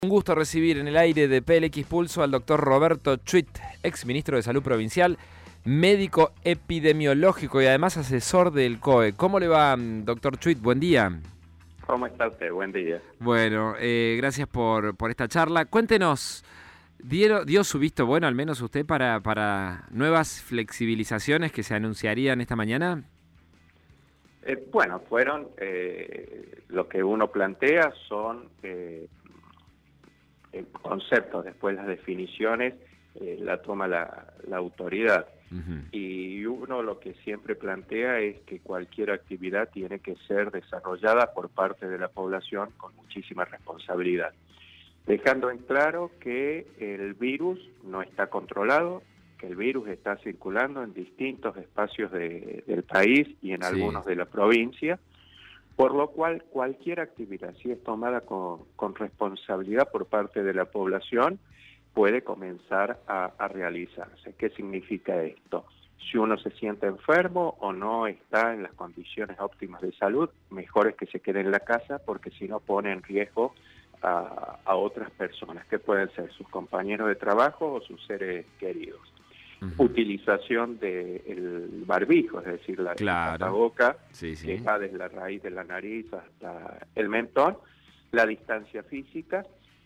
Un gusto recibir en el aire de PLX Pulso al doctor Roberto Chuit, ex ministro de Salud Provincial, médico epidemiológico y además asesor del COE. ¿Cómo le va, doctor Chuit? Buen día. ¿Cómo está usted? Buen día. Bueno, gracias por esta charla. Cuéntenos, ¿dio su visto bueno al menos usted para nuevas flexibilizaciones que se anunciarían esta mañana? Bueno, fueron, lo que uno plantea son conceptos, después las definiciones la toma la autoridad. Uh-huh. Y uno lo que siempre plantea es que cualquier actividad tiene que ser desarrollada por parte de la población con muchísima responsabilidad, dejando en claro que el virus no está controlado, que el virus está circulando en distintos espacios del país y en algunos de la provincia, por lo cual cualquier actividad, si es tomada con responsabilidad por parte de la población, puede comenzar a realizarse. ¿Qué significa esto? Si uno se siente enfermo o no está en las condiciones óptimas de salud, mejor es que se quede en la casa, porque si no pone en riesgo a otras personas, que pueden ser sus compañeros de trabajo o sus seres queridos. Uh-huh. Utilización del barbijo, es decir, la tapaboca, que va desde la raíz de la nariz hasta el mentón, la distancia física,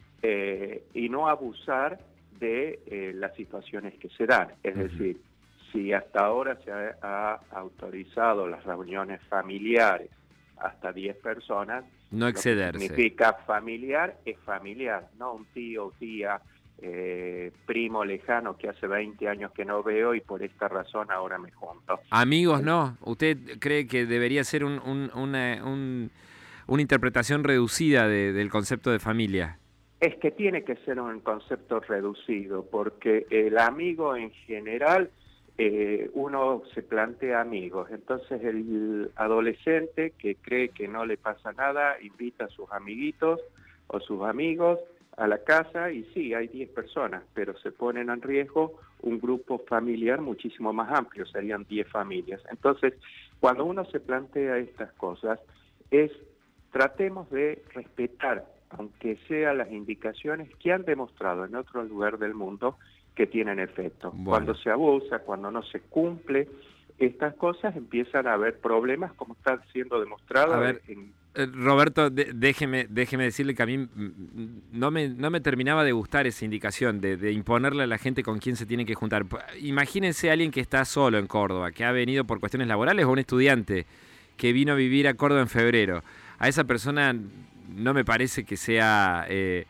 y no abusar de las situaciones que se dan. Es decir, si hasta ahora se ha autorizado las reuniones familiares hasta 10 personas, no excederse. Lo que significa familiar es familiar, no un tío o tía, primo lejano que hace 20 años que no veo y por esta razón ahora me junto. Amigos, no. ¿Usted cree que debería ser una interpretación reducida del concepto de familia? Es que tiene que ser un concepto reducido, porque el amigo en general, uno se plantea amigos. Entonces el adolescente que cree que no le pasa nada, invita a sus amiguitos o sus amigos a la casa y sí, hay 10 personas, pero se ponen en riesgo un grupo familiar muchísimo más amplio, serían 10 familias. Entonces, cuando uno se plantea estas cosas, tratemos de respetar, aunque sean las indicaciones que han demostrado en otro lugar del mundo que tienen efecto. Bueno. Cuando se abusa, cuando no se cumple estas cosas, empiezan a haber problemas, como está siendo demostrado. A ver, Roberto, déjeme decirle que a mí no me terminaba de gustar esa indicación de imponerle a la gente con quién se tiene que juntar. Imagínense a alguien que está solo en Córdoba, que ha venido por cuestiones laborales, o un estudiante que vino a vivir a Córdoba en febrero. A esa persona no me parece que sea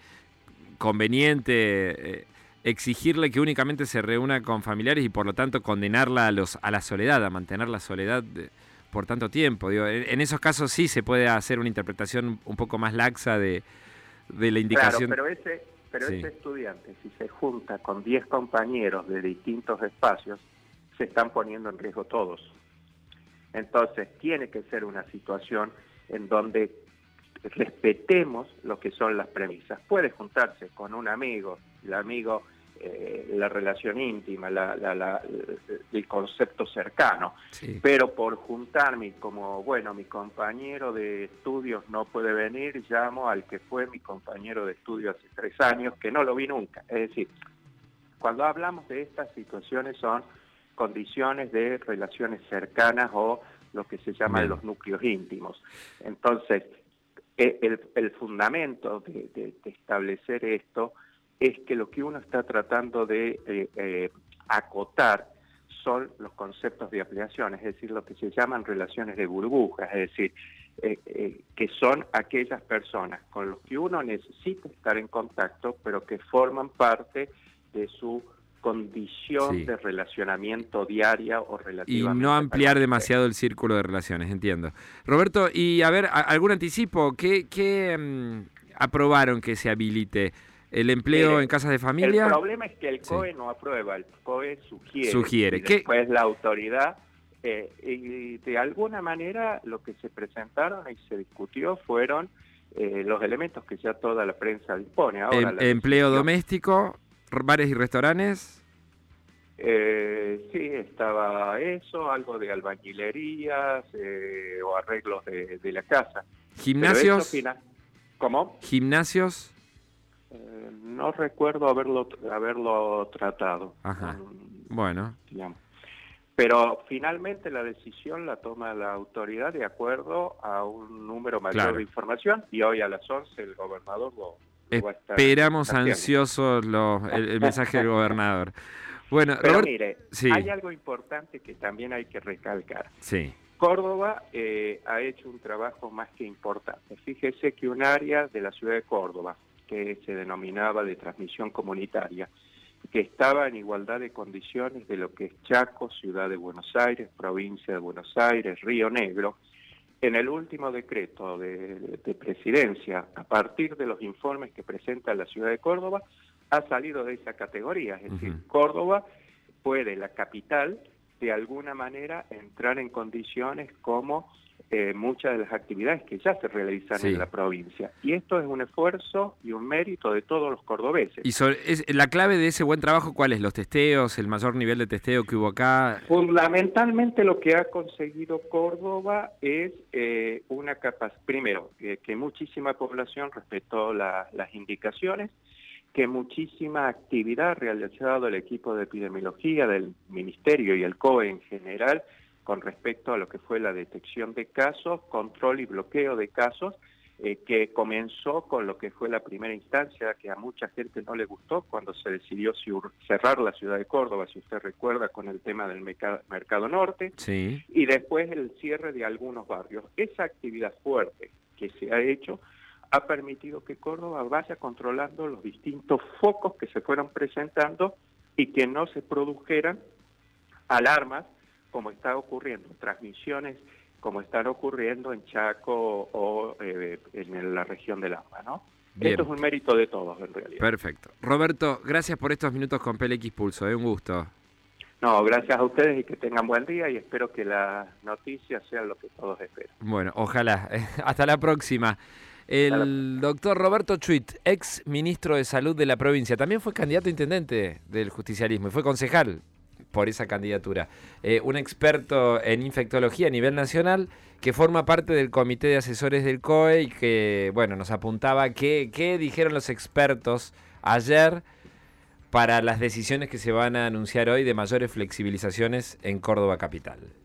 conveniente exigirle que únicamente se reúna con familiares y por lo tanto condenarla a la soledad, a mantener la soledad por tanto tiempo. Digo, en esos casos sí se puede hacer una interpretación un poco más laxa de la indicación. Claro, pero ese estudiante, si se junta con 10 compañeros de distintos espacios, se están poniendo en riesgo todos. Entonces, tiene que ser una situación en donde respetemos lo que son las premisas. Puede juntarse con un amigo, el amigo, la relación íntima, el concepto cercano, pero por juntarme como, bueno, mi compañero de estudios no puede venir, llamo al que fue mi compañero de estudios hace 3 años, que no lo vi nunca. Es decir, cuando hablamos de estas situaciones son condiciones de relaciones cercanas o lo que se llaman los núcleos íntimos. Entonces, el fundamento de establecer esto es que lo que uno está tratando de acotar son los conceptos de ampliación, es decir, lo que se llaman relaciones de burbuja, es decir, que son aquellas personas con las que uno necesita estar en contacto, pero que forman parte de su condición de relacionamiento diaria o relativamente. Y no ampliar demasiado el círculo de relaciones, entiendo. Roberto, y a ver, ¿algún anticipo? ¿Qué aprobaron que se habilite? ¿El empleo en casas de familia? El problema es que el COE no aprueba, el COE sugiere. Y después la autoridad, y de alguna manera lo que se presentaron y se discutió fueron los elementos que ya toda la prensa dispone. Ahora, empleo doméstico, bares y restaurantes. Sí, estaba eso, algo de albañilerías o arreglos de la casa. ¿Gimnasios? ¿Cómo? ¿Gimnasios? No recuerdo haberlo tratado. Ajá. Bueno. Digamos. Pero finalmente la decisión la toma la autoridad de acuerdo a un número mayor de información, y hoy a las 11 el gobernador lo va a estar Esperamos haciendo. ansiosos el mensaje del gobernador. Bueno, pero Robert, mire, sí. Hay algo importante que también hay que recalcar. Sí. Córdoba ha hecho un trabajo más que importante. Fíjese que un área de la ciudad de Córdoba, que se denominaba de transmisión comunitaria, que estaba en igualdad de condiciones de lo que es Chaco, Ciudad de Buenos Aires, Provincia de Buenos Aires, Río Negro, en el último decreto de presidencia, a partir de los informes que presenta la ciudad de Córdoba, ha salido de esa categoría. Es decir, Córdoba puede, la capital, de alguna manera entrar en condiciones como muchas de las actividades que ya se realizan en la provincia. Y esto es un esfuerzo y un mérito de todos los cordobeses. ¿Y la clave de ese buen trabajo cuál es? ¿Los testeos, el mayor nivel de testeo que hubo acá? Fundamentalmente lo que ha conseguido Córdoba es una capacidad, primero, que muchísima población respetó las indicaciones, que muchísima actividad ha realizado el equipo de epidemiología del Ministerio y el COE en general con respecto a lo que fue la detección de casos, control y bloqueo de casos, que comenzó con lo que fue la primera instancia, que a mucha gente no le gustó cuando se decidió cerrar la ciudad de Córdoba, si usted recuerda, con el tema del Mercado Norte, y después el cierre de algunos barrios. Esa actividad fuerte que se ha hecho ha permitido que Córdoba vaya controlando los distintos focos que se fueron presentando y que no se produjeran alarmas como está ocurriendo, transmisiones como están ocurriendo en Chaco o en la región del AMBA, ¿no? Esto es un mérito de todos, en realidad. Perfecto. Roberto, gracias por estos minutos con PLX Pulso, un gusto. No, gracias a ustedes y que tengan buen día, y espero que las noticias sean lo que todos esperan. Bueno, ojalá. Hasta la próxima. El doctor Roberto Chuit, ex ministro de Salud de la provincia, también fue candidato a intendente del justicialismo y fue concejal por esa candidatura. Un experto en infectología a nivel nacional que forma parte del comité de asesores del COE y que, bueno, nos apuntaba qué dijeron los expertos ayer para las decisiones que se van a anunciar hoy de mayores flexibilizaciones en Córdoba capital.